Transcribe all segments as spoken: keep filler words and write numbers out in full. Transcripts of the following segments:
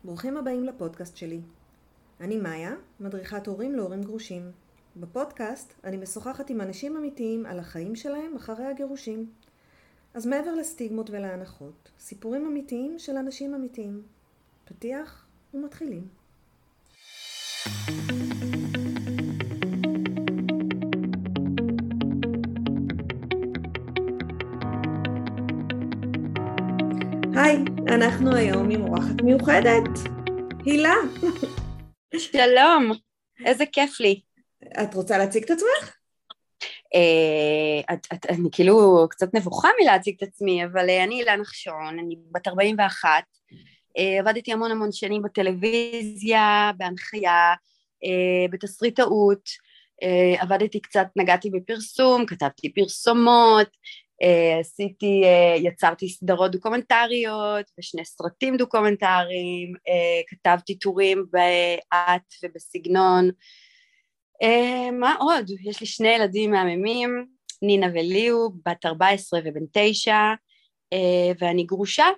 ברוכים הבאים לפודקאסט שלי. אני מאיה, מדריכת הורים להורים גרושים. בפודקאסט אני משוחחת עם אנשים אמיתיים על החיים שלהם אחרי הגירושים. אז מעבר לסטיגמות ולהנחות, סיפורים אמיתיים של אנשים אמיתיים. פתיח ומתחילים. היי, אנחנו היום עם אורחת מיוחדת, הילה. שלום, איזה כיף לי. את רוצה להציג את עצמך? אה, את, את, אני כאילו קצת נבוכה מלהציג את עצמי, אבל אני הילה נחשון, אני בת ארבעים ואחת, אה, עבדתי המון המון שנים בטלוויזיה, בהנחיה, אה, בתסריטאות, אה, עבדתי קצת, נגעתי בפרסום, כתבתי פרסומות, Uh, עשיתי, uh, יצרתי סדרות דוקומנטריות ושני סרטים דוקומנטריים, uh, כתבתי טורים בעת ובסגנון. Uh, מה עוד? יש לי שני ילדים מהממים, נינה וליו, בת ארבע עשרה ובן תשע, uh, ואני גרושה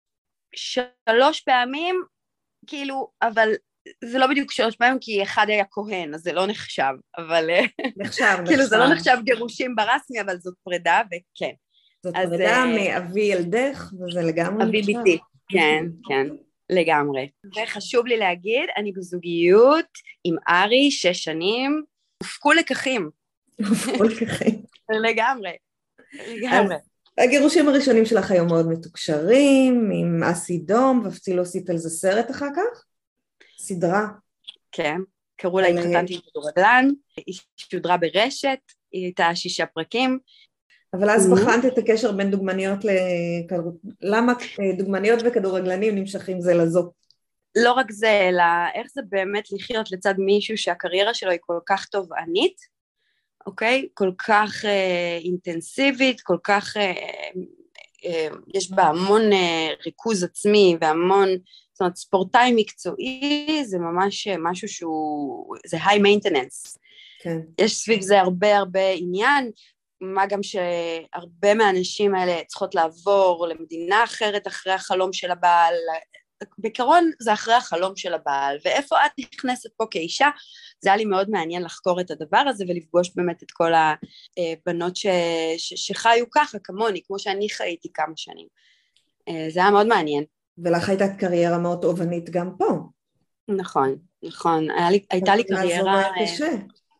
שלוש פעמים, כאילו, אבל זה לא בדיוק שלוש פעמים, כי אחד היה כהן, אז זה לא נחשב, אבל נחשב, כאילו נחשב. זה לא נחשב גירושים ברסמי, אבל זאת פרידה, וכן. זאת אז, פרידה מאבי ילדך, וזה לגמרי אבי נחשב. ביתי, כן, כן, לגמרי. וחשוב לי להגיד, אני בזוגיות עם ארי, שש שנים, הופקו לקחים. הופקו לקחים. לגמרי, לגמרי. הגירושים הראשונים שלך היו מאוד מתוקשרים, עם אסי דום, ואפילו עשית על זה סרט אחר כך? סדרה. כן, קראו לה התחתנתי עם כדורגלן, היא שודרה ברשת, היא הייתה שישה פרקים. אבל אז בחנת את הקשר בין דוגמניות לכדור... למה דוגמניות וכדורגלנים נמשכים זה לזו? לא רק זה, אלא איך זה באמת לחיות לצד מישהו שהקריירה שלו היא כל כך תובענית, אוקיי? כל כך אה, אינטנסיבית, כל כך, אה, אה, יש בה המון אה, ריכוז עצמי והמון, זאת אומרת, ספורטאי מקצועי, זה ממש משהו שהוא, זה high maintenance. כן. יש סביב זה הרבה הרבה עניין, מה גם שהרבה מהאנשים האלה צריכות לעבור למדינה אחרת אחרי החלום של הבעל, בעיקרון זה אחרי החלום של הבעל, ואיפה את נכנסת פה כאישה, זה היה לי מאוד מעניין לחקור את הדבר הזה, ולפגוש באמת את כל הבנות ש... ש... שחיו ככה, כמוני, כמו שאני חייתי כמה שנים. זה היה מאוד מעניין. ולך הייתה קריירה מאוד תובענית גם פה. נכון, נכון, היה לי, הייתה לי קריירה... זה קשה.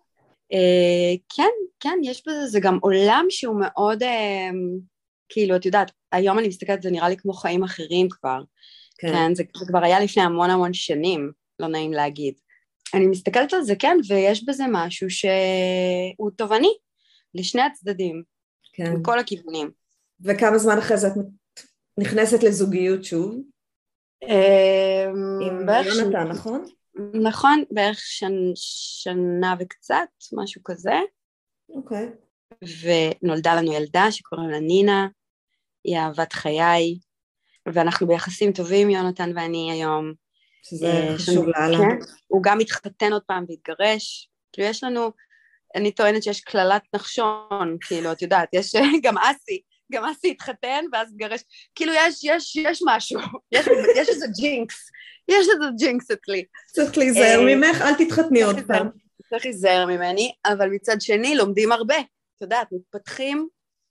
Uh, כן, כן, יש בזה, זה גם עולם שהוא מאוד, uh, כאילו, את יודעת, היום אני מסתכלת, זה נראה לי כמו חיים אחרים כבר, כן, כן זה, זה כבר היה לפני המון המון שנים, לא נעים להגיד. אני מסתכלת על זה, כן, ויש בזה משהו שהוא תובעני, לשני הצדדים, כן. מכל הכיוונים. וכמה זמן אחרי זה את נכנסת לזוגיות שוב? Uh, עם יונתן, נכון? נכון, בערך שנ, שנה וקצת, משהו כזה. אוקיי. ונולדה לנו ילדה שקוראים לה נינה, היא אהבת חיי, ואנחנו ביחסים טובים, יונתן ואני היום. שזה חשוב לאללה. כן, הוא גם התחתן עוד פעם והתגרש, כאילו יש לנו, אני טוענת שיש כללת נחשון, כאילו, את יודעת, יש גם אסי, גם אסי התחתן ואז התגרש, כאילו יש, יש, יש משהו, יש, יש איזה ג'ינקס, יש איזה ג'ינקס אצלי. צריך להיזהר ממך, אל תתחתני עוד פעם. צריך להיזהר ממני, אבל מצד שני לומדים הרבה, את יודעת, מתפתחים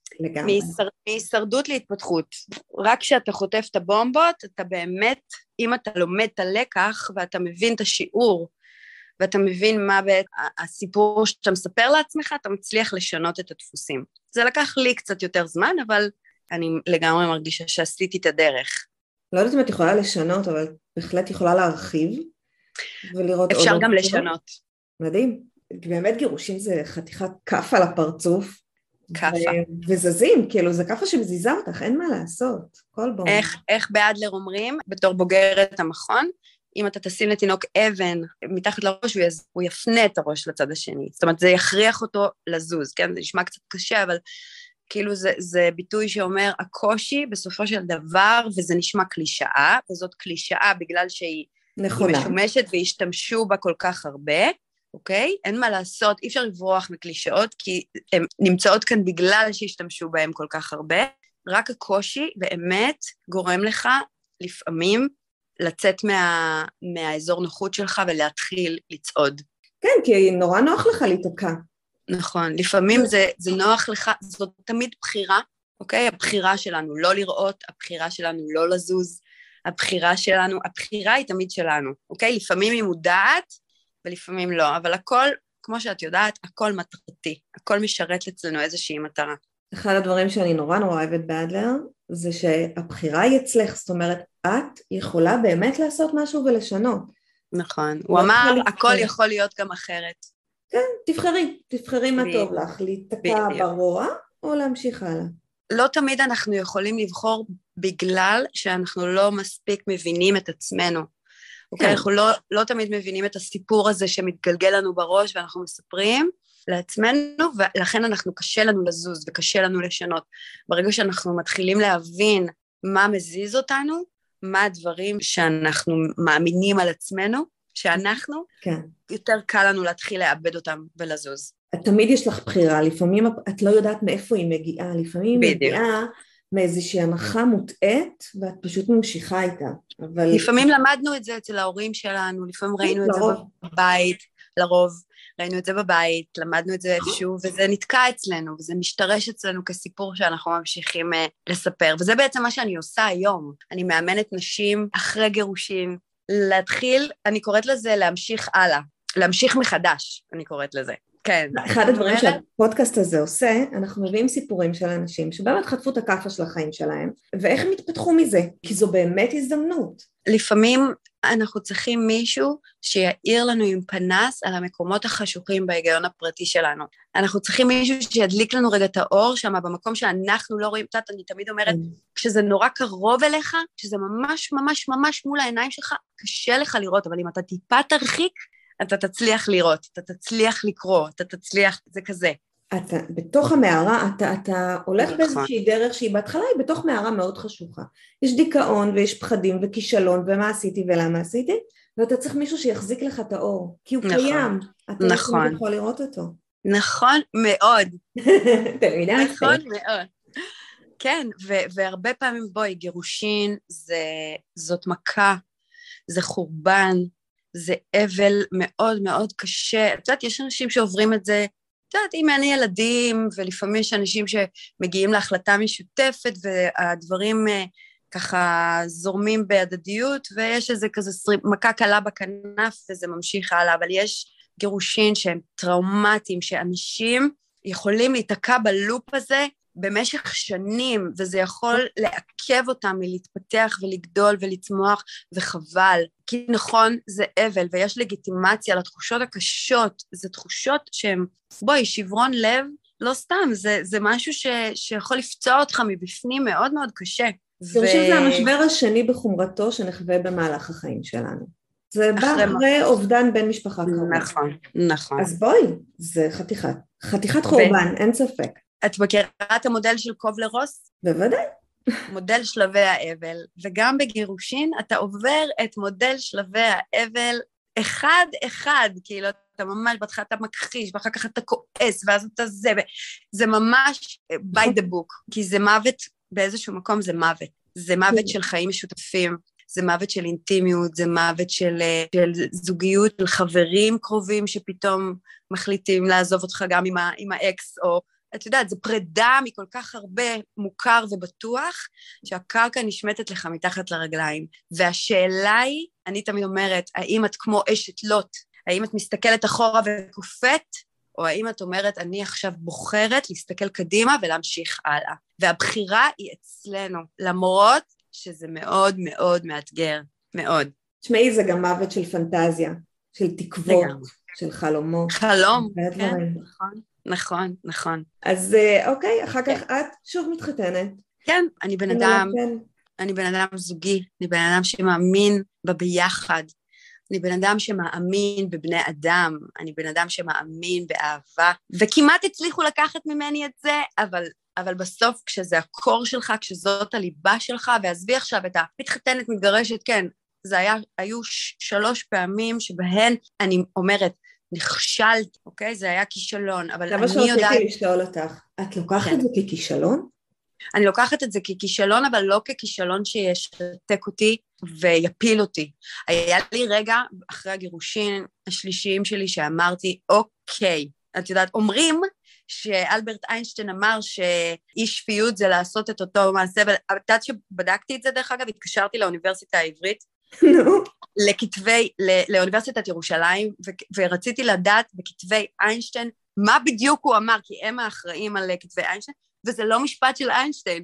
מהישרדות להתפתחות. רק כשאתה חוטף את הבומבות, אתה באמת, אם אתה לומד את הלקח ואתה מבין את השיעור, ואתה מבין מה בעת הסיפור שאתה מספר לעצמך, אתה מצליח לשנות את הדפוסים. זה לקח לי קצת יותר זמן, אבל אני לגמרי מרגישה שעשיתי את הדרך. לא יודעת אם את יכולה לשנות, אבל בהחלט יכולה להרחיב, ולראות עוד... אפשר גם לשנות. מדהים. באמת גירושים זה חתיכת כף על הפרצוף. כפה. וזזים, כאילו זה כפה שמזיזה אותך, אין מה לעשות. כל בום. איך, איך באדלר אומרים, בתור בוגרת המכון, אם אתה תשים לתינוק אבן מתחת לראש, הוא יפנה את הראש לצד השני. זאת אומרת, זה יכריח אותו לזוז, כן? זה נשמע קצת קשה, אבל כאילו זה, זה ביטוי שאומר, הקושי בסופו של דבר, וזה נשמע קלישאה, וזאת קלישאה בגלל שהיא נכונה. משומשת והשתמשו בה כל כך הרבה, אוקיי? אין מה לעשות, אי אפשר לברוח מקלישאות, כי הן נמצאות כאן בגלל שהשתמשו בהן כל כך הרבה, רק הקושי באמת גורם לך לפעמים לצאת מה, מהאזור נוחות שלך ולהתחיל לצעוד. כן, כי נורא נוח לך להתעקע. נכון, לפעמים זה, זה נוח לך, זאת תמיד בחירה, אוקיי? הבחירה שלנו לא לראות, הבחירה שלנו לא לזוז, הבחירה שלנו, הבחירה היא תמיד שלנו, אוקיי? לפעמים היא מודעת ולפעמים לא, אבל הכל, כמו שאת יודעת, הכל מטרתי, הכל משרת אצלנו איזושהי מטרה. אחד הדברים שאני נורא נורא אוהבת באדלר, זה שהבחירה היא אצלך, זאת אומרת, את יכולה באמת לעשות משהו ולשנות. נכון, הוא אמר, הכל יכול להיות גם אחרת. כן, תבחרי, תבחרי מה טוב לך, להתקע ברוע או להמשיך הלאה. לא תמיד אנחנו יכולים לבחור בגלל שאנחנו לא מספיק מבינים את עצמנו. אוקיי, אנחנו לא, לא תמיד מבינים את הסיפור הזה שמתגלגל לנו בראש ואנחנו מספרים לעצמנו, ולכן אנחנו קשה לנו לזוז וקשה לנו לשנות. ברגע שאנחנו מתחילים להבין מה מזיז אותנו, מה הדברים שאנחנו מאמינים על עצמנו, שאנחנו, כן. יותר קל לנו להתחיל לאבד אותם ולזוז. תמיד יש לך בחירה, לפעמים את לא יודעת מאיפה היא מגיעה, לפעמים היא מגיעה מאיזושהי הנחה מוטעת, ואת פשוט ממשיכה איתה. אבל... לפעמים למדנו את זה אצל ההורים שלנו, לפעמים ראינו את זה בבית, לרוב ראינו את זה בבית, למדנו את זה איפשהו, וזה נתקע אצלנו, וזה משתרש אצלנו כסיפור שאנחנו ממשיכים לספר, וזה בעצם מה שאני עושה היום. אני מאמנת נשים אחרי גירושים, להתחיל, אני קוראת לזה להמשיך הלאה, להמשיך מחדש, אני קוראת לזה. כן. אחד הדברים שהפודקאסט הזה עושה, אנחנו מביאים סיפורים של אנשים שבאמת חטפו את הכאפה של החיים שלהם, ואיך הם התפתחו מזה, כי זו באמת הזדמנות. לפעמים אנחנו צריכים מישהו שיעיר לנו עם פנס על המקומות החשוכים בהיגיון הפרטי שלנו. אנחנו צריכים מישהו שידליק לנו רגע את האור שם, במקום שאנחנו לא רואים, את יודעת, אני תמיד אומרת, כשזה נורא קרוב אליך, כשזה ממש ממש ממש מול העיניים שלך, קשה לך לראות, אבל אם אתה טיפה תרחיק, אתה תצליח לראות, אתה תצליח לקרוא, אתה תצליח, זה כזה. אתה, בתוך המערה, אתה, אתה הולך באיזושהי דרך שהיא בהתחלה היא בתוך מערה מאוד חשוכה. יש דיכאון ויש פחדים וכישלון ומה עשיתי ולמה עשיתי, ואתה צריך מישהו שיחזיק לך את האור, כי הוא נכון, קיים, אתה נכון. יכול לראות אותו. נכון מאוד. תלמידה נכון מאוד. כן, ו- והרבה פעמים בואי, גירושין זה, זאת מכה, זה חורבן, זה אבל מאוד מאוד קשה. את יודעת, יש אנשים שעוברים את זה, את יודעת, אם אין ילדים, ולפעמים יש אנשים שמגיעים להחלטה משותפת, והדברים ככה זורמים בהדדיות, ויש איזה כזה מכה קלה בכנף, וזה ממשיך הלאה, אבל יש גירושין שהם טראומטיים, שאנשים יכולים להתעקע בלופ הזה, במשך שנים, וזה יכול לעכב אותם מלהתפתח ולגדול ולצמוח, וחבל. כי נכון, זה אבל, ויש לגיטימציה לתחושות הקשות, זה תחושות שהן, בואי, שברון לב, לא סתם, זה, זה משהו ש, שיכול לפצוע אותך מבפנים מאוד מאוד קשה. גירושים ו... זה המשבר השני בחומרתו שנחווה במהלך החיים שלנו. זה בא אחרי, אחרי אובדן בן משפחה קרוב. נכון, נכון. אז בואי, זה חתיכת, חתיכת חורבן, ו... אין ספק. את מכירה את המודל של קובלר-רוס? בוודאי. מודל שלבי האבל, וגם בגירושין אתה עובר את מודל שלבי האבל אחד אחד, כאילו אתה ממש בתך אתה מכחיש, ואחר כך אתה כועס, ואז אתה זה, זה ממש by the book, כי זה מוות, באיזשהו מקום זה מוות, זה מוות של חיים משותפים, זה מוות של אינטימיות, זה מוות של, של זוגיות, של חברים קרובים שפתאום מחליטים לעזוב אותך גם עם, ה, עם האקס, או את יודעת, זה פרידה מכל כך הרבה מוכר ובטוח, שהקרקע נשמטת לך מתחת לרגליים. והשאלה היא, אני תמיד אומרת, האם את כמו אשת לוט, האם את מסתכלת אחורה וקופאת, או האם את אומרת, אני עכשיו בוחרת להסתכל קדימה ולהמשיך הלאה. והבחירה היא אצלנו, למרות שזה מאוד מאוד מאתגר, מאוד. תשמעי, זה גם מוות של פנטזיה, של תקוות, של חלומות. חלום, כן, נכון. נכון, נכון. אז אוקיי, אחר כך את שוב מתחתנת. כן, אני בן אדם, אני בן אדם זוגי, אני בן אדם שמאמין בביחד, אני בן אדם שמאמין בבני אדם, אני בן אדם שמאמין באהבה, וכמעט הצליחו לקחת ממני את זה, אבל, אבל בסוף כשזה הקור שלך, כשזאת הליבה שלך, ועזבי עכשיו את המתחתנת, מתגרשת, כן, זה היה, היו שלוש פעמים שבהן אני אומרת, נכשלתי, אוקיי? זה היה כישלון, אבל אני יודעת... למה שרציתי לשאול אותך, את לוקחת את זה ככישלון? אני לוקחת את זה ככישלון, אבל לא ככישלון שישתק אותי ויפיל אותי. היה לי רגע אחרי הגירושין השלישיים שלי שאמרתי, אוקיי, את יודעת, אומרים שאלברט איינשטיין אמר שאי שפיות זה לעשות את אותו מעשה, ואת יודעת שבדקתי את זה דרך אגב, התקשרתי לאוניברסיטה העברית, לכתבי, לאוניברסיטת ירושלים, ורציתי לדעת בכתבי איינשטיין, מה בדיוק הוא אמר, כי הם האחראים על כתבי איינשטיין, וזה לא משפט של איינשטיין.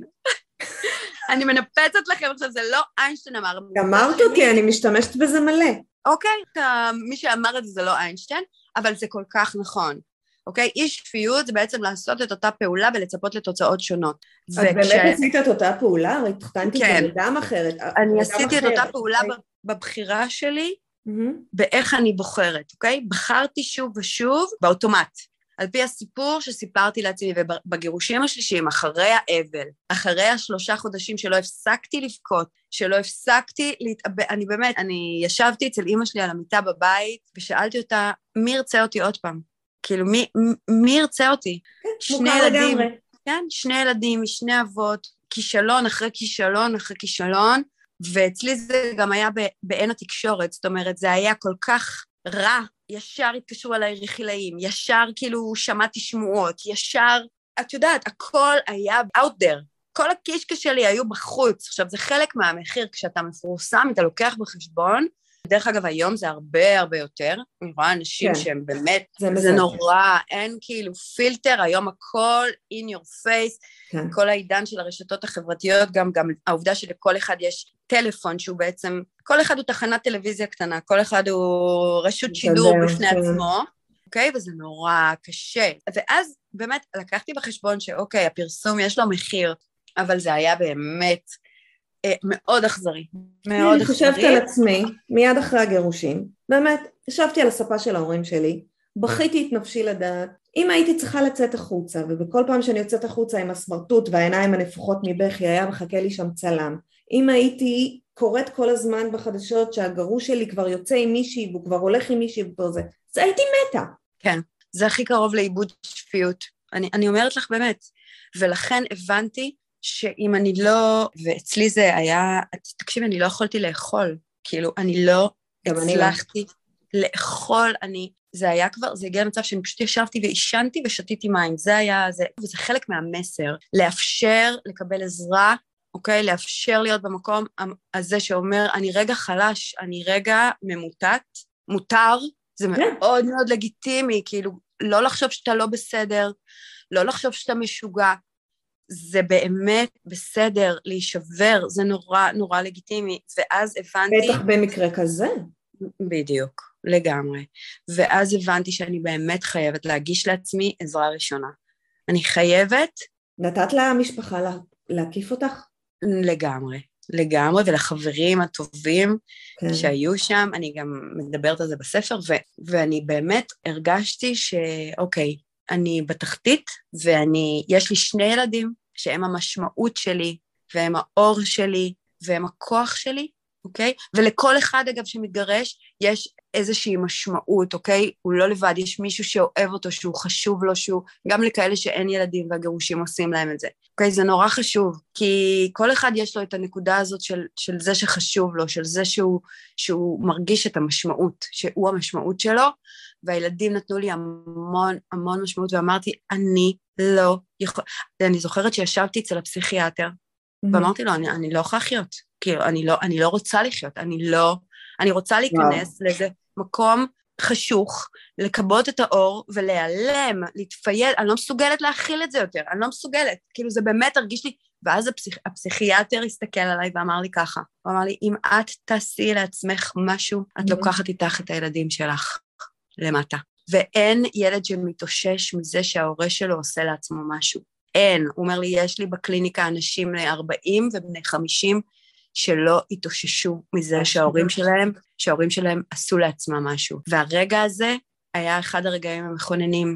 אני מנפצת לכם עכשיו, זה לא איינשטיין אמר. אמרת אותי, אני משתמשת בזה מלא. אוקיי, מי שאמר את זה זה לא איינשטיין, אבל זה כל כך נכון. אוקיי? אי שפיות זה בעצם לעשות את אותה פעולה ולצפות לתוצאות שונות. את באמת עשית את אותה פעולה? הרי התחתנתי בדם אחרת. אני עשיתי את אותה פעולה בבחירה שלי, באיך אני בוחרת, אוקיי? בחרתי שוב ושוב באוטומט. על פי הסיפור שסיפרתי לעצמי, ובגירושים השלישיים, אחרי האבל, אחרי השלושה חודשים שלא הפסקתי לבכות, שלא הפסקתי להתאבד, אני באמת, אני ישבתי אצל אמא שלי על המיטה בבית, ושאלתי אותה, מי ירצה אותי עוד פעם? כאילו, מי, מי ירצה אותי? שני ילדים, כן, שני ילדים, משני אבות, כישלון אחרי כישלון אחרי כישלון, ואצלי זה גם היה בעין התקשורת, זאת אומרת, זה היה כל כך רע, ישר התקשרו עליי רכילאים, ישר כאילו שמעתי שמועות, ישר, את יודעת, הכל היה out there, כל הקישקע שלי היו בחוץ, עכשיו זה חלק מהמחיר, כשאתה מפורסם, אתה לוקח בחשבון, דרך אגב היום זה הרבה הרבה יותר, אני רואה אנשים כן. שהם באמת, זה, זה נורא, אין כאילו פילטר, היום הכל in your face, כן. כל העידן של הרשתות החברתיות, גם, גם העובדה שלכל אחד יש טלפון שהוא בעצם, כל אחד הוא תחנת טלוויזיה קטנה, כל אחד הוא רשות שידור בפני כן. עצמו, אוקיי? וזה נורא קשה. ואז באמת לקחתי בחשבון שאוקיי, הפרסום יש לו מחיר, אבל זה היה באמת מאוד אכזרי. מאוד אני חושבת על עצמי, מיד אחרי הגירושים, באמת, ישבתי על הספה של ההורים שלי, בכיתי את נפשי לדעת, אם הייתי צריכה לצאת החוצה, ובכל פעם שאני יוצאת החוצה עם הסמרטוט והעיניים הנפוחות מבכי, היה מחכה לי שם צלם, אם הייתי קוראת כל הזמן בחדשות שהגרוש שלי כבר יוצא עם מישהי, והוא כבר הולך עם מישהי וכל זה, אז הייתי מתה. כן, זה הכי קרוב לאיבוד שפיות. אני, אני אומרת לך באמת, ולכן הבנתי שאם אני לא, ואצלי זה היה, תקשיב, אני לא יכולתי לאכול, כאילו, אני לא הצלחתי לאכול, אני, זה היה כבר, זה הגיע למצב שאני פשוט ישבתי וישנתי ושתיתי מים, זה היה, זה, וזה חלק מהמסר, לאפשר, לקבל עזרה, אוקיי, לאפשר להיות במקום הזה שאומר, אני רגע חלש, אני רגע ממוטט, מותר, זה מאוד מאוד לגיטימי, כאילו, לא לחשוב שאתה לא בסדר, לא לחשוב שאתה משוגע, זה באמת בסדר להישבר, זה נורא נורא לגיטימי, ואז הבנתי... בטח במקרה כזה. בדיוק, לגמרי. ואז הבנתי שאני באמת חייבת להגיש לעצמי עזרה ראשונה. אני חייבת... נתת למשפחה לה, להקיף אותך? לגמרי, לגמרי, ולחברים הטובים כן. שהיו שם, אני גם מדברת על זה בספר, ו, ואני באמת הרגשתי שאוקיי, אני בתחתית, ואני, יש לי שני ילדים, שהם המשמעות שלי, והם האור שלי, והם הכוח שלי, אוקיי? ולכל אחד, אגב, שמתגרש, יש איזושהי משמעות, אוקיי? הוא לא לבד, יש מישהו שאוהב אותו, שהוא חשוב לו, שהוא, גם לכאלה שאין ילדים והגירושים עושים להם את זה. אוקיי? זה נורא חשוב, כי כל אחד יש לו את הנקודה הזאת של, של זה שחשוב לו, של זה שהוא, שהוא מרגיש את המשמעות, שהוא המשמעות שלו, והילדים נתנו לי המון, המון משמעות, ואמרתי, אני לא יכול... אני זוכרת שישבתי אצל הפסיכיאטר, mm-hmm. ואמרתי לו, אני, אני לא יכולה לחיות, כאילו, אני לא, אני לא רוצה לחיות, אני לא... אני רוצה להיכנס wow. לאיזה מקום חשוך, לקבות את האור ולהיעלם, להתפייד, אני לא מסוגלת להכיל את זה יותר, אני לא מסוגלת, כאילו זה באמת הרגיש לי, ואז הפסיכ... הפסיכיאטר הסתכל עליי ואמר לי ככה, הוא אמר לי, אם את תעשי לעצמך משהו, את mm-hmm. לוקחת איתך את הילדים שלך למטה, ואין ילד שמתאושש מזה שההורה שלו עושה לעצמו משהו, אין, הוא אומר לי, יש לי בקליניקה אנשים בני ארבעים ובני חמישים, שלא התאוששו מזה שההורים שלהם, שההורים שלהם עשו לעצמם משהו. והרגע הזה היה אחד הרגעים המכוננים.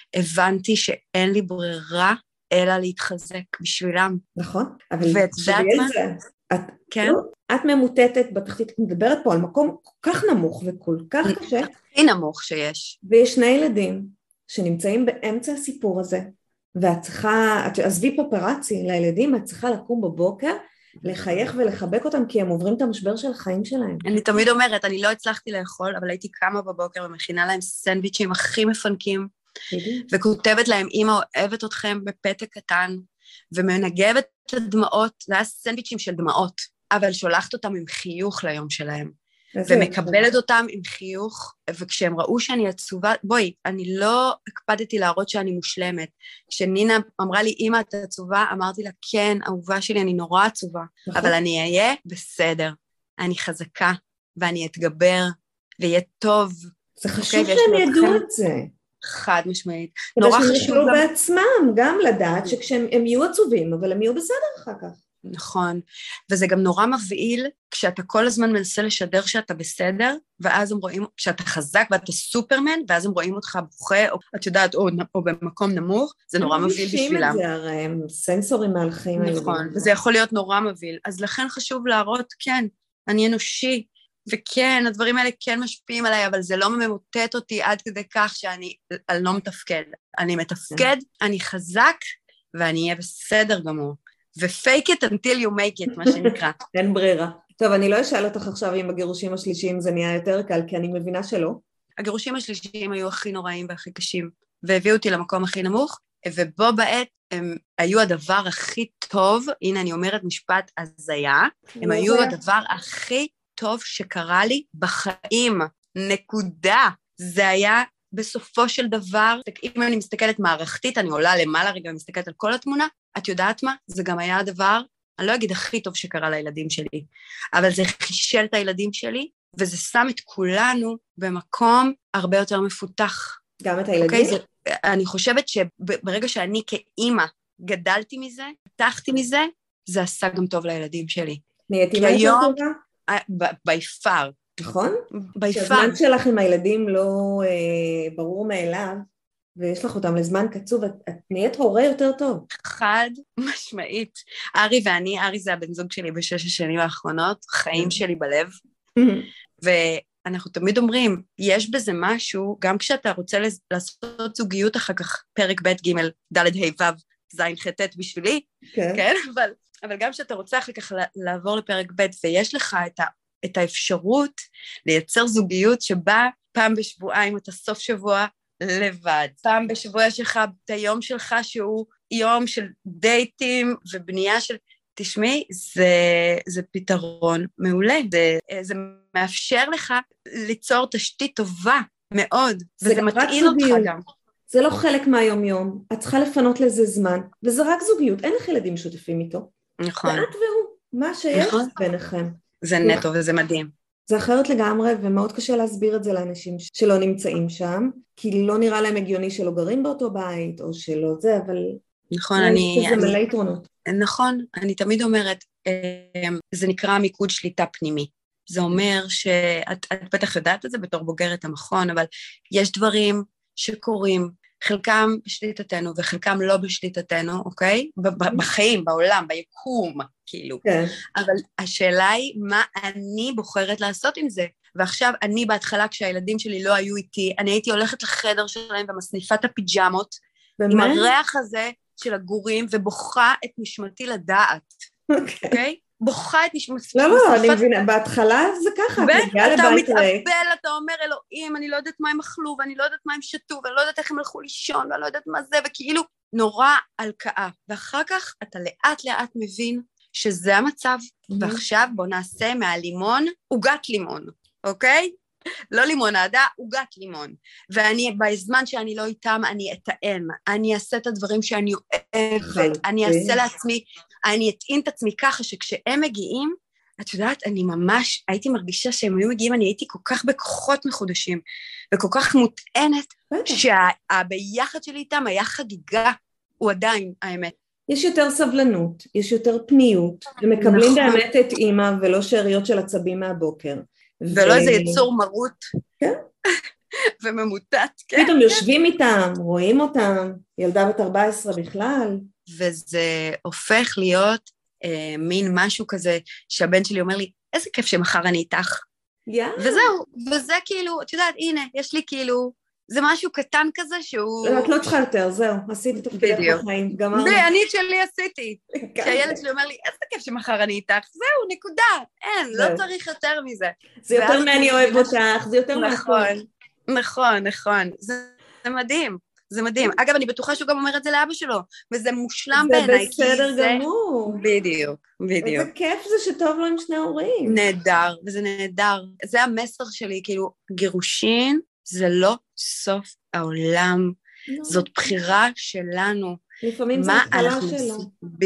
הבנתי שאין לי ברירה אלא להתחזק בשבילם. נכון, אבל ואת יודעת מה? את, כן? לא, את ממוטטת בתחתית, את מדברת פה על מקום כל כך נמוך וכל כך קשה. הכי נמוך שיש. ויש שני ילדים שנמצאים באמצע הסיפור הזה, ואת צריכה, את עזבי פפרצי לילדים, את צריכה לקום בבוקר, לחייך ולחבק אותם, כי הם עוברים את המשבר של החיים שלהם. אני תמיד אומרת, אני לא הצלחתי לאכול, אבל הייתי קמה בבוקר ומכינה להם סנדוויצ'ים הכי מפנקים, וכותבת להם, אמא אוהבת אתכם בפתק קטן, ומנגבת את הדמעות, זה היה סנדוויצ'ים של דמעות, אבל שולחת אותם עם חיוך ליום שלהם. ומקבלת אותם עם חיוך, וכשהם ראו שאני עצובה, בואי, אני לא הקפדתי להראות שאני מושלמת. כשנינה אמרה לי, אמא, את עצובה, אמרתי לה, כן, אהובה שלי, אני נורא עצובה, אבל אני אהיה בסדר, אני חזקה, ואני אתגבר, ויהיה טוב. זה חשוב שהם ידעו את זה. חד משמעית. נורא חשוב. כדי שהם יוכלו בעצמם גם לדעת שכשהם יהיו עצובים, אבל הם יהיו בסדר אחר כך. נכון, וזה גם נורא מבהיל כשאתה כל הזמן מנסה לשדר שאתה בסדר, ואז הם רואים, כשאתה חזק ואתה סופרמן, ואז הם רואים אותך בוכה, או את יודעת, או, או במקום נמוך, זה נורא מבהיל בשבילם. הם מרגישים את זה, הרי הם סנסורים מהלכים. נכון, וזה יכול להיות נורא מבהיל, אז לכן חשוב להראות, כן, אני אנושי, וכן, הדברים האלה כן משפיעים עליי, אבל זה לא ממוטט אותי עד כדי כך שאני אני לא מתפקד. אני מתפקד, אני חזק, ואני אהיה בסדר גמור. ו-fake it until you make it, מה שנקרא. אין ברירה. טוב, אני לא אשאל אותך עכשיו אם הגירושים השלישיים זה נהיה יותר קל, כי אני מבינה שלא. הגירושים השלישיים היו הכי נוראים והכי קשים, והביאו אותי למקום הכי נמוך, ובו בעת הם היו הדבר הכי טוב, הנה אני אומרת משפט הזיה, הם היו הדבר הכי טוב שקרה לי בחיים, נקודה. זה היה בסופו של דבר, אם אני מסתכלת מערכתית, אני עולה למעלה רגע ומסתכלת על כל התמונה, את יודעת מה? זה גם היה הדבר, אני לא אגיד הכי טוב שקרה לילדים שלי, אבל זה חישל את הילדים שלי, וזה שם את כולנו במקום הרבה יותר מפותח. גם את הילדים? Okay, זה, אני חושבת שברגע שאני כאימא גדלתי מזה, פתחתי מזה, זה עשה גם טוב לילדים שלי. נהייתי מה יותר טובה? ביפר. נכון? ביפר. שהזמן שלך עם הילדים לא אה, ברור מאליו, ויש לך אותם לזמן קצוב, את, את נהיית הורה יותר טוב. חד משמעית. ארי ואני, ארי זה הבן זוג שלי בשש השנים האחרונות, חיים שלי בלב, ואנחנו תמיד אומרים, יש בזה משהו, גם כשאתה רוצה לעשות זוגיות אחר כך, פרק ב' ג' ד' ה' ו' ז' ח' ט' בשבילי, כן? אבל, אבל גם כשאתה רוצה אחר כך לעבור לפרק ב' ויש לך את ה... את האפשרות לייצר זוגיות שבה פעם בשבועיים אתה סוף שבוע לבד. פעם בשבוע שלך, את היום שלך שהוא יום של דייטים ובנייה של... תשמעי, זה, זה פתרון מעולה. זה, זה מאפשר לך ליצור תשתית טובה מאוד, וזה מטעין אותך גם. זה לא חלק מהיום-יום. את צריכה לפנות לזה זמן, וזה רק זוגיות. אין לך ילדים משותפים איתו. נכון. ואת והוא, מה שיש נכון. ביניכם. זה נטו וזה מדהים. זה אחרת לגמרי, ומאוד קשה להסביר את זה לאנשים שלא נמצאים שם, כי לא נראה להם הגיוני שלא גרים באותו בית, או שלא זה, אבל... נכון, אני... זה מלא יתרונות. נכון, אני תמיד אומרת, זה נקרא מיקוד שליטה פנימי. זה אומר שאת את בטח יודעת את זה בתור בוגרת המכון, אבל יש דברים שקורים, חלקם בשליטתנו וחלקם לא בשליטתנו, אוקיי? בחיים, בעולם, ביקום, כאילו. כן. אבל השאלה היא, מה אני בוחרת לעשות עם זה? ועכשיו, אני בהתחלה, כשהילדים שלי לא היו איתי, אני הייתי הולכת לחדר שלהם ומסניפה את הפיג'מות, באמת? עם הריח הזה של הגורים, ובוכה את נשמתי לדעת, אוקיי? Okay. בוכה את נשמתי. לא, לא, אני מבינה, בהתחלה זה ככה, אתה מתאבל, אתה אומר, אלוהים, אני לא יודעת מה הם אכלו, ואני לא יודעת מה הם שתו, ואני לא יודעת איך הם הלכו לישון, ואני לא יודעת מה זה, וכאילו נורא הלקאה. ואחר כך אתה לאט לאט מבין שזה המצב, ועכשיו בוא נעשה מהלימון עוגת לימון, אוקיי? לא לימונדה, עוגת לימון. ואני, בזמן שאני לא איתם, אני אתאם, אני אעשה את הדברים שאני אוהבת, אני אעשה לעצמי, אני אתאים את עצמי ככה שכשהם מגיעים, את יודעת, אני ממש, הייתי מרגישה שהם היו מגיעים, אני הייתי כל כך בכוחות מחודשים, וכל כך מוטענת, שהביחד שלי איתם היה חגיגה, הוא עדיין, האמת. יש יותר סבלנות, יש יותר פניות, ומקבלים באמת את אימא, ולא שאריות של עצבים מהבוקר. ולא איזה יצור מרות. כן. וממוטט, כן. פתאום יושבים איתם, רואים אותם, ילדה בת ארבע עשרה בכלל. וזה הופך להיות אה, מין משהו כזה, שהבן שלי אומר לי, איזה כיף שמחר אני איתך. Yeah. וזהו, וזה כאילו, את יודעת, הנה, יש לי כאילו זה משהו קטן כזה שהוא... את לא צריכה יותר, זהו, עשיתי תפקידך בחיים, גמרנו. זה, אני את שלי עשיתי. שהילד שלי אומר לי, איזה כיף שמחר אני איתך, זהו, נקודה, אין, לא צריך יותר מזה. זה יותר מאני אוהב אותך, זה יותר מהכל. נכון, נכון, נכון, זה מדהים. זה מדהים. אגב, אני בטוחה שהוא גם אומר את זה לאבא שלו, וזה מושלם בעיניי. זה בסדר גמור. בדיוק, בדיוק. איזה כיף זה שטוב לו עם שני הורים. נהדר, וזה נהדר. זה המסר שלי, כאילו, גירושין זה לא סוף העולם. זאת בחירה שלנו. לפעמים זה התחלה שלו.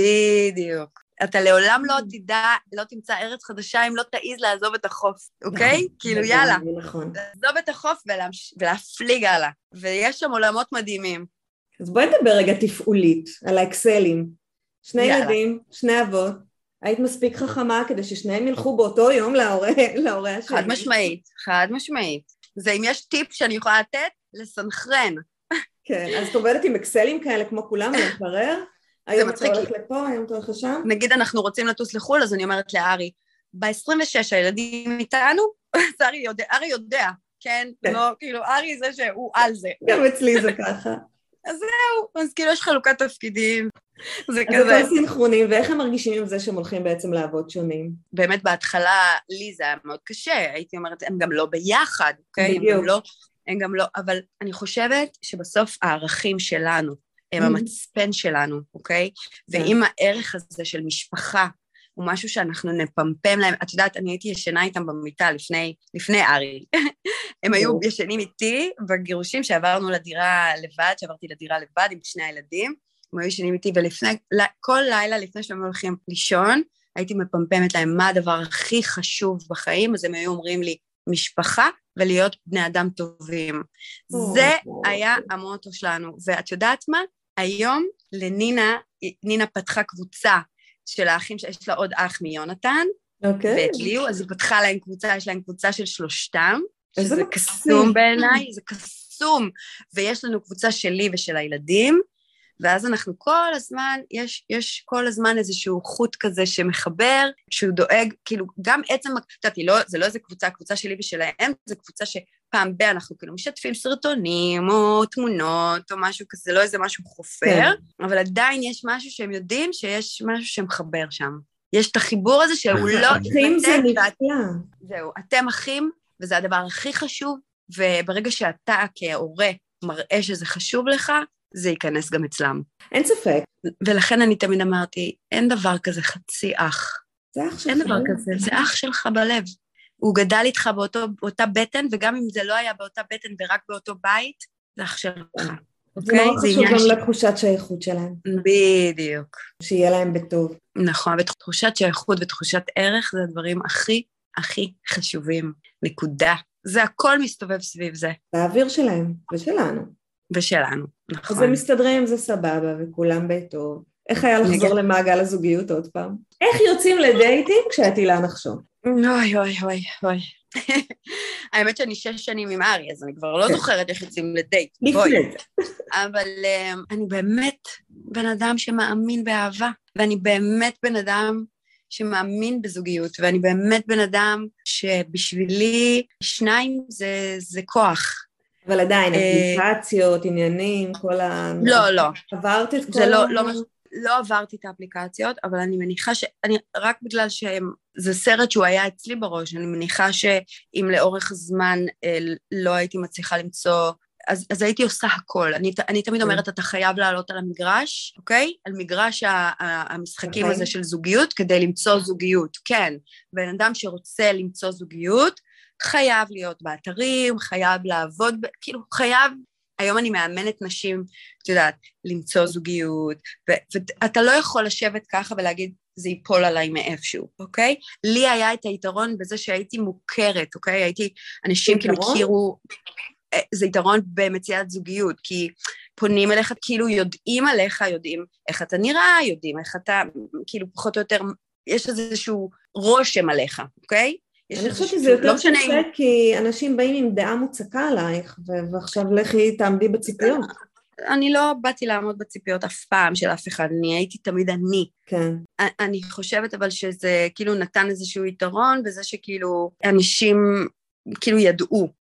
בדיוק. אתה לעולם לא תדע, לא תמצא ארץ חדשה אם לא תעיז לעזוב את החוף, אוקיי? כאילו יאללה, לעזוב את החוף ולהפליג הלאה, ויש שם עולמות מדהימים. אז בואי נדבר רגע תפעולית, על האקסלים. שני ילדים, שני אבות, היית מספיק חכמה כדי ששניהם ילכו באותו יום להורה השני. חד משמעית, חד משמעית. זה אם יש טיפ שאני יכולה לתת, לסנכרן. כן, אז את עובדת עם אקסלים כאלה כמו כולם, על המקרר? היום אתה הולך לפה, היום אתה הולך לשם? נגיד אנחנו רוצים לטוס לחול, אז אני אומרת לארי, ב-עשרים ושש הילדים איתנו, אז ארי יודע, כן? לא, כאילו, ארי זה שהוא על זה. גם אצלי זה ככה. אז זהו, אז כאילו יש חלוקת תפקידים, זה כזה. אז אתם סינכרונים, ואיך הם מרגישים עם זה שהם הולכים בעצם לעבוד שונים? באמת בהתחלה, לי זה היה מאוד קשה, הייתי אומרת, הם גם לא ביחד, אוקיי? בדיוק. הם גם לא, אבל אני חושבת שבסוף הערכים שלנו, הם המצפן שלנו, אוקיי? ואם הערך הזה של משפחה הוא משהו שאנחנו נפמפם להם, את יודעת, אני הייתי ישנה איתם במיטה לפני, לפני ארי. הם היו ישנים איתי בגירושים שעברנו לדירה לבד, שעברתי לדירה לבד עם שני הילדים, הם היו ישנים איתי, ולפני, כל לילה לפני שהם הולכים לישון, הייתי מפמפמת להם מה הדבר הכי חשוב בחיים, אז הם היו אומרים לי, משפחה ולהיות בני אדם טובים. זה היה המוטו שלנו, ואת יודעת מה? היום לנינה, נינה פתחה קבוצה של האחים, שיש לה עוד אח מיונתן, ואת ליו, אז היא פתחה להם קבוצה, יש להם קבוצה של שלושתם, שזה קסום בעיניי, זה קסום, ויש לנו קבוצה שלי ושל הילדים, ואז אנחנו כל הזמן, יש, יש כל הזמן איזשהו חוט כזה שמחבר, שהוא דואג, כאילו גם עצם, תדעתי, לא, זה לא איזה קבוצה, קבוצה שלי ושלהם, זה קבוצה שפעם בה אנחנו כאילו משתפים סרטונים, או תמונות, או משהו כזה, לא איזה משהו חופר, כן. אבל עדיין יש משהו שהם יודעים, שיש משהו שמחבר שם. יש את החיבור הזה שהוא לא... אחים זה נפלא. זהו, אתם אחים, וזה הדבר הכי חשוב, וברגע שאתה כהורה מראה שזה חשוב לך, זה ייכנס גם אצלם. אין ספק. ולכן אני תמיד אמרתי, אין דבר כזה חצי אח. זה אח שלך. אין דבר כזה, זה אח שלך בלב. הוא גדל איתך באותו, באותה בטן, וגם אם זה לא היה באותה בטן ורק באותו בית, זה אח שלך. זה מאוד חשוב גם לתחושת שייכות שלהם. בדיוק. שיהיה להם בטוב. נכון, ותחושת שייכות ותחושת ערך, זה הדברים הכי, הכי חשובים. נקודה. זה הכל מסתובב סביב זה. זה האוויר שלהם, ושלנו. ושלנו, נכון. אז הם מסתדרים, זה סבבה, וכולם בטוב. איך היה לחזור למעגל הזוגיות עוד פעם? איך יוצאים לדייטים כשאת הילה נחשון? אוי, אוי, אוי, אוי. האמת שאני שש שנים עם ארי, אז אני כבר לא זוכרת איך יוצאים לדייט. לפני. אבל אני באמת בן אדם שמאמין באהבה, ואני באמת בן אדם שמאמין בזוגיות, ואני באמת בן אדם שבשבילי שניים זה כוח. אבל עדיין, אפליקציות, עניינים, כל ה... לא, לא. עברת את כל... זה לא, לא, לא עברתי את האפליקציות, אבל אני מניחה ש... אני, רק בגלל שזה סרט שהוא היה אצלי בראש, אני מניחה שאם לאורך זמן לא הייתי מצליחה למצוא, אז, אז הייתי עושה הכל. אני, אני תמיד אומרת, אתה חייב לעלות על המגרש, אוקיי? על מגרש המשחקים הזה של זוגיות, כדי למצוא זוגיות. כן, בן אדם שרוצה למצוא זוגיות, חייב להיות באתרים, חייב לעבוד, כאילו חייב, היום אני מאמנת נשים, את יודעת, למצוא זוגיות, ואתה לא יכול לשבת ככה ולהגיד, זה ייפול עליי מאיפשהו, אוקיי? לי היה את היתרון בזה שהייתי מוכרת, אוקיי? הייתי, אנשים כאילו הכירו, זה יתרון במציאת זוגיות, כי פונים אליך, כאילו יודעים עליך, יודעים איך אתה נראה, יודעים איך אתה, כאילו פחות או יותר, יש איזשהו רושם עליך, אוקיי? אני חושבת שזה יותר קשה, כי אנשים באים עם דעה מוצקה עלייך, ועכשיו לכי תעמדי בציפיות. אני לא באתי לעמוד בציפיות אף פעם של אף אחד, אני הייתי תמיד אני. כן. אני חושבת אבל שזה כאילו נתן איזשהו יתרון, וזה שכאילו אנשים כאילו ידעו,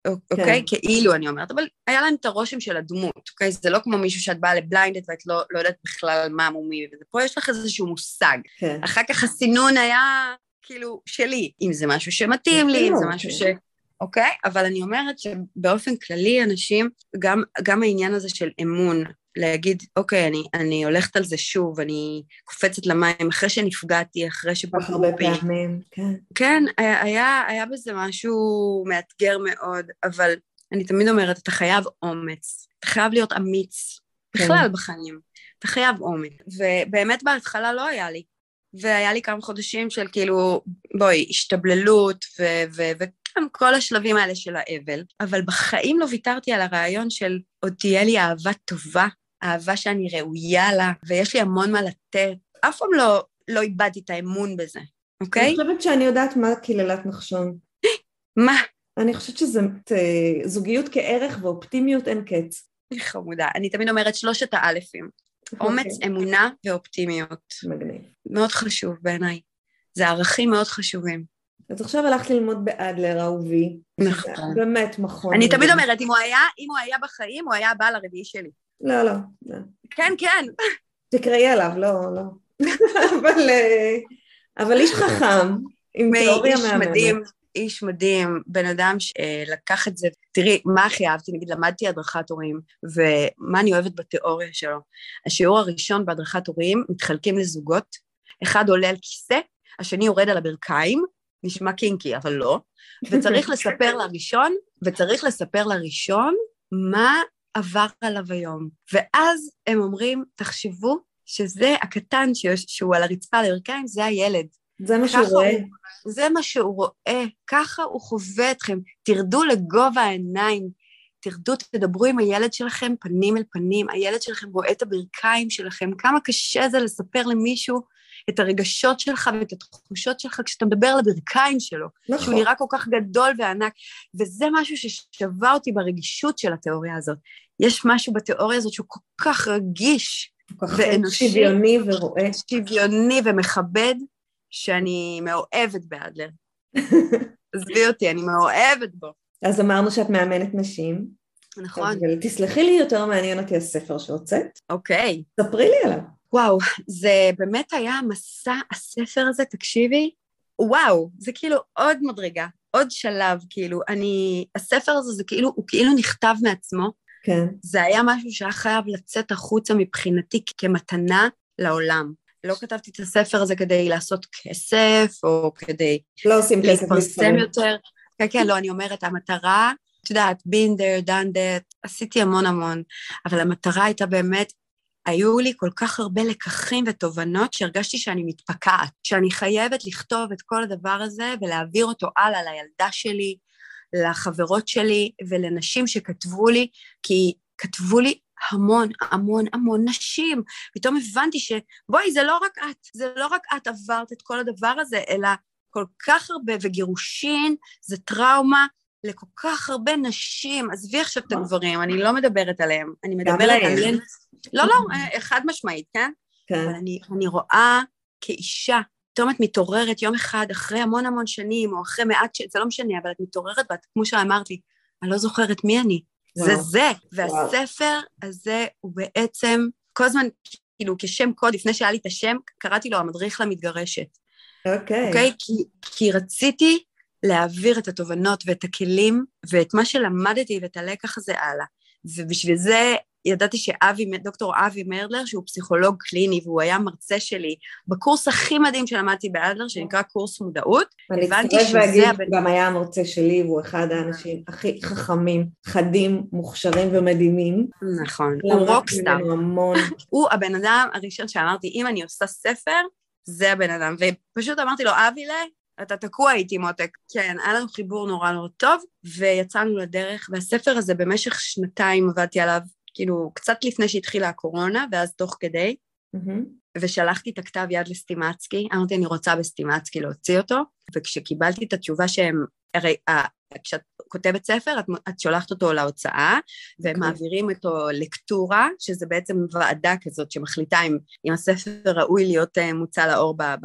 אוקיי? כאילו אני אומרת, אבל היה להם את הרושם של הדמות, אוקיי? זה לא כמו מישהו שאת באה לבליינדד ואת לא, לא יודעת בכלל מה מומי, ופה יש לך איזשהו מושג. כן. אחר כך הסינון היה כאילו שלי, אם זה משהו שמתאים לי, אם זה משהו ש... אוקיי? אבל אני אומרת שבאופן כללי אנשים, גם, גם העניין הזה של אמון, להגיד, אוקיי, אני, אני הולכת על זה שוב, אני קופצת למים, אחרי שנפגעתי, אחרי שפגעו בי. הרבה פעמים, כן. כן, היה, היה בזה משהו מאתגר מאוד, אבל אני תמיד אומרת, אתה חייב אומץ, אתה חייב להיות אמיץ, כן. בכלל בחיים, אתה חייב אומץ, ובאמת בהתחלה לא היה לי, והיה לי כמה חודשים של כאילו, בואי, השתבללות, ו- ו- וכן, כל השלבים האלה של האבל, אבל בחיים לא ויתרתי על הרעיון של עוד תהיה לי אהבה טובה, אהבה שאני ראויה לה, ויש לי המון מה לתת, אף פעם לא, לא איבדתי את האמון בזה. אוקיי? אני חושבת שאני יודעת מה קללת נחשון. מה? אני חושבת שזה זוגיות כערך ואופטימיות אין קץ. חמודה. אני תמיד אומרת שלושת האלפים. אומץ, אמונה ואופטימיות. מגניב. מאוד חשוב בעיניי. זה ערכים מאוד חשובים. אז עכשיו הלכת ללמוד באדלר, אהובי. נכון. באמת מכון. אני תמיד אומרת, אם הוא היה, אם הוא היה בחיים, הוא היה הבעל הרביעי שלי. לא, לא. כן, כן. תקראי עליו, לא, לא. אבל... אבל איש חכם, עם תיאוריה מהממת. מדהים, איש מדהים, בן אדם שלקח את זה, תראי, מה הכי אהבתי, נגיד, למדתי הדרכת הורים, ומה אני אוהבת בתיאוריה שלו. השיעור הראשון בהדרכת הורים, מתחלקים לזוגות, אחד עולה על כיסא, השני יורד על הברכיים, נשמע קינקי, אבל לא, וצריך לספר לראשון, וצריך לספר לראשון, מה עבר עליו היום. ואז הם אומרים, תחשבו, שזה הקטן שהוא על הרצפה על הברכיים, זה הילד. זה מה שהוא רואה. הוא, זה מה שהוא רואה, ככה הוא חווה אתכם. תרדו לגובה העיניים, תרדו, תדברו עם הילד שלכם פנים אל פנים, הילד שלכם רואה את הברכיים שלכם, כמה קשה זה לספר למישהו את הרגשות שלך ואת התחושות שלך, כשאתה מדבר על הברכיים שלו, נכון. שהוא נראה כל כך גדול וענק, וזה משהו ששווה אותי ברגישות של התיאוריה הזאת. יש משהו בתיאוריה הזאת שהוא כל כך רגיש, ואנושי, שוויוני ורואה. שוויוני ומכבד, שאני מאוהבת באדלר. עזבי אותי, אני מאוהבת בו. אז אמרנו שאת מאמנת נשים. נכון. אבל תסלחי לי, יותר מעניין אותי הספר שהוצאת. אוקיי. ספרי לי עליו. וואו, זה באמת היה מסע, הספר הזה, תקשיבי, וואו, זה כאילו עוד מדרגה, עוד שלב, כאילו, אני, הספר הזה זה כאילו, הוא כאילו נכתב מעצמו, כן. זה היה משהו שהיה חייב לצאת החוצה מבחינתי כמתנה לעולם. לא כתבתי את הספר הזה כדי לעשות כסף, או כדי לא עושים כסף להתפרסם יותר. כן, כן, לא, אני אומרת, המטרה, את יודעת, been there, done that, עשיתי המון המון, אבל המטרה הייתה באמת, היו לי כל כך הרבה לקחים ותובנות שהרגשתי שאני מתפקעת, שאני חייבת לכתוב את כל הדבר הזה ולהעביר אותו הלאה לילדה שלי, לחברות שלי ולנשים שכתבו לי, כי כתבו לי המון, המון, המון נשים. פתאום הבנתי שבואי, זה לא רק את, זה לא רק את עברת את כל הדבר הזה, אלא כל כך הרבה, וגירושין זה טראומה לכל כך הרבה נשים. עזבי עכשיו את הדברים, אני לא מדברת עליהם, אני מדברת עליהם. לא, לא, חד משמעית, כן? כן. אבל אני, אני רואה כאישה, פתאום את מתעוררת יום אחד אחרי המון המון שנים, או אחרי מעט, ש... זה לא משנה, אבל את מתעוררת, ואת, כמו שאמרת לי, אני לא זוכרת מי אני. וואו. זה זה, והספר וואו. הזה הוא בעצם, כל הזמן, כאילו, כשם קוד, לפני שהיה לי את השם, קראתי לו המדריך למתגרשת. אוקיי. אוקיי? כי, כי רציתי להעביר את התובנות ואת הכלים, ואת מה שלמדתי ואת הלקח הזה הלאה. ובשביל זה ידעתי שאבי, דוקטור אבי מרדלר, שהוא פסיכולוג קליני, והוא היה מרצה שלי, בקורס הכי מדהים שלמדתי באדלר, שנקרא קורס מודעות, הבנתי שזה... אני אצטרף ואגיד, גם היה המרצה שלי, והוא אחד האנשים הכי חכמים, חדים, מוכשרים ומדהימים. נכון, הוא רוקסטאר. המון. הוא הבן אדם הראשון שאמרתי, אם אני עושה ספר, זה הבן אדם, ופשוט אמרתי לו, אבי לי, אתה תקוע איתי מותק. כן, היה לנו חיבור נורא נורא טוב, ויצאנו לדרך, והספר הזה במשך שנתיים עבדתי עליו, כאילו, קצת לפני שהתחילה הקורונה, ואז תוך כדי, mm-hmm. ושלחתי את הכתב יד לסטימצקי, אמרתי, אני רוצה בסטימצקי להוציא אותו, וכשקיבלתי את התשובה שהם, הרי, כשאת כותבת ספר, את, את שולחת אותו להוצאה, והם okay. מעבירים אותו לקטורה, שזה בעצם ועדה כזאת שמחליטה אם, אם הספר ראוי להיות מוצא לאור בהוצאה,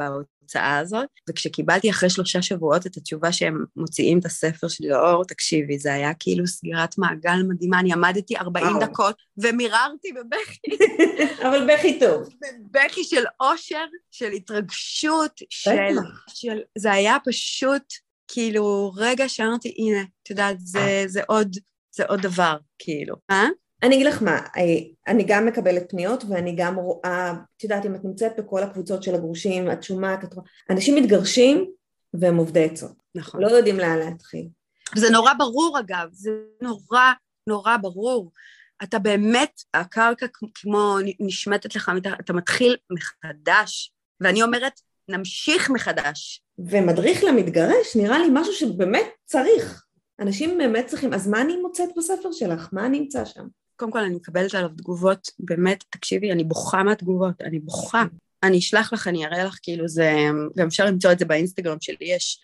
ההוצאה הזאת, וכשקיבלתי אחרי שלושה שבועות את התשובה שהם מוציאים את הספר שלי לאור, תקשיבי, זה היה כאילו סגירת מעגל מדהימה, אני עמדתי ארבעים דקות ומיררתי בבכי. אבל בכי טוב. בבכי של אושר, של התרגשות, של, של... זה היה פשוט כאילו רגע שאמרתי, הנה, את יודעת, זה, זה עוד, זה עוד דבר, כאילו. אה? אני אגיד לך מה, אני גם מקבלת פניות, ואני גם רואה, את יודעת, אם את נמצאת בכל הקבוצות של הגרושים, את שומעת, את רואה, אנשים מתגרשים, והם עובדי עצות. נכון. לא יודעים לאן להתחיל. זה נורא ברור, אגב, זה נורא, נורא ברור. אתה באמת, הקרקע כמו נשמטת לך, אתה מתחיל מחדש, ואני אומרת, נמשיך מחדש. ומדריך למתגרש, נראה לי משהו שבאמת צריך. אנשים באמת צריכים, אז מה אני מוצאת בספר שלך? מה נמצא שם? קודם כל אני מקבלת עליו תגובות, באמת, תקשיבי, אני בוכה מהתגובות, אני בוכה. אני אשלח לך, אני אראה לך, כאילו זה, גם אפשר למצוא את זה באינסטגרם שלי, יש,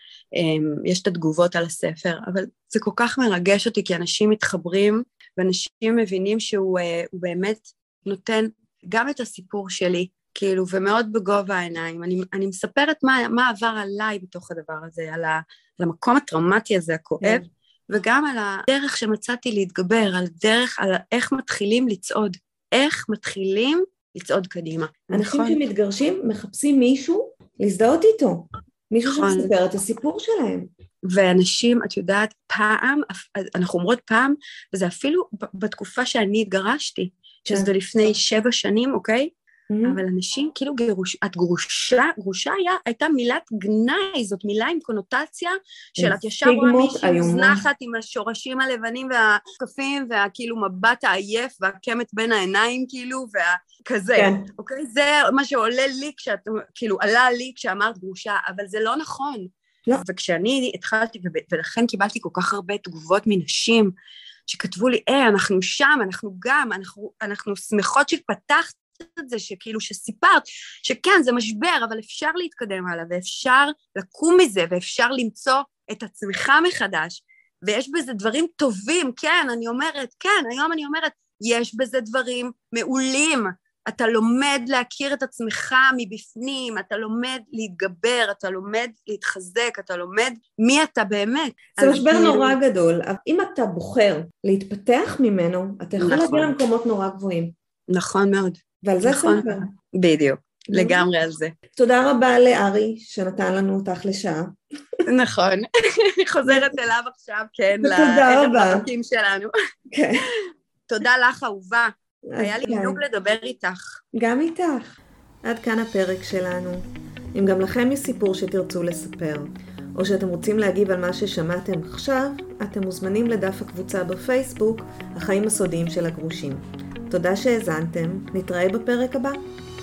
יש את התגובות על הספר, אבל זה כל כך מרגש אותי, כי אנשים מתחברים, ואנשים מבינים שהוא באמת נותן גם את הסיפור שלי, כאילו, ומאוד בגובה העיניים. אני, אני מספרת מה, מה עבר עליי בתוך הדבר הזה, על, ה, על המקום הטראומטי הזה, הכואב, yeah. וגם על הדרך שמצאתי להתגבר, על דרך, על איך מתחילים לצעוד, איך מתחילים לצעוד קדימה. אנשים נכון. שמתגרשים מחפשים מישהו להזדהות איתו, מישהו נכון. שמספר את הסיפור שלהם. ואנשים, את יודעת, פעם, אנחנו אומרות פעם, וזה אפילו בתקופה שאני התגרשתי, שזה yeah. לפני שבע שנים, אוקיי? Mm-hmm. אבל אנשים, כאילו גרוש, את גרושה, גרושה היה, הייתה מילת גנאי, זאת מילה עם קונוטציה, של את ישר רואה מישהי מוזנחת עם השורשים הלבנים והקפים, והכאילו מבט העייף, והקמת בין העיניים, כאילו, וכזה, כן. אוקיי? זה מה שעולה לי, כשאת, כאילו, עלה לי כשאמרת גרושה, אבל זה לא נכון. לא. וכשאני התחלתי, ולכן קיבלתי כל כך הרבה תגובות מנשים, שכתבו לי, אה, אנחנו שם, אנחנו גם, אנחנו, אנחנו שמחות שפתחת, את זה שכאילו שסיפרת, שכן זה משבר, אבל אפשר להתקדם הלאה, ואפשר לקום מזה, ואפשר למצוא את עצמך מחדש, ויש בזה דברים טובים, כן, אני אומרת, כן, היום אני אומרת, יש בזה דברים מעולים, אתה לומד להכיר את עצמך מבפנים, אתה לומד להתגבר, אתה לומד להתחזק, אתה לומד מי אתה באמת. זה משבר נורא גדול, אבל אם אתה בוחר להתפתח ממנו, אתה יכול להגיע למקומות נורא גבוהים. נכון מאוד. ועל זה נכון, ספר. בדיוק, לגמרי על זה. תודה רבה לארי שנתן לנו אותך לשעה. נכון, חוזרת אליו עכשיו, כן, תודה רבה. לפרקים שלנו. כן. תודה לך אהובה, היה לי עינוג לדבר איתך. גם איתך. עד כאן הפרק שלנו. אם גם לכם יש סיפור שתרצו לספר, או שאתם רוצים להגיב על מה ששמעתם עכשיו, אתם מוזמנים לדף הקבוצה בפייסבוק, החיים הסודיים של הגרושים. תודה שהאזנתם, נתראה בפרק הבא.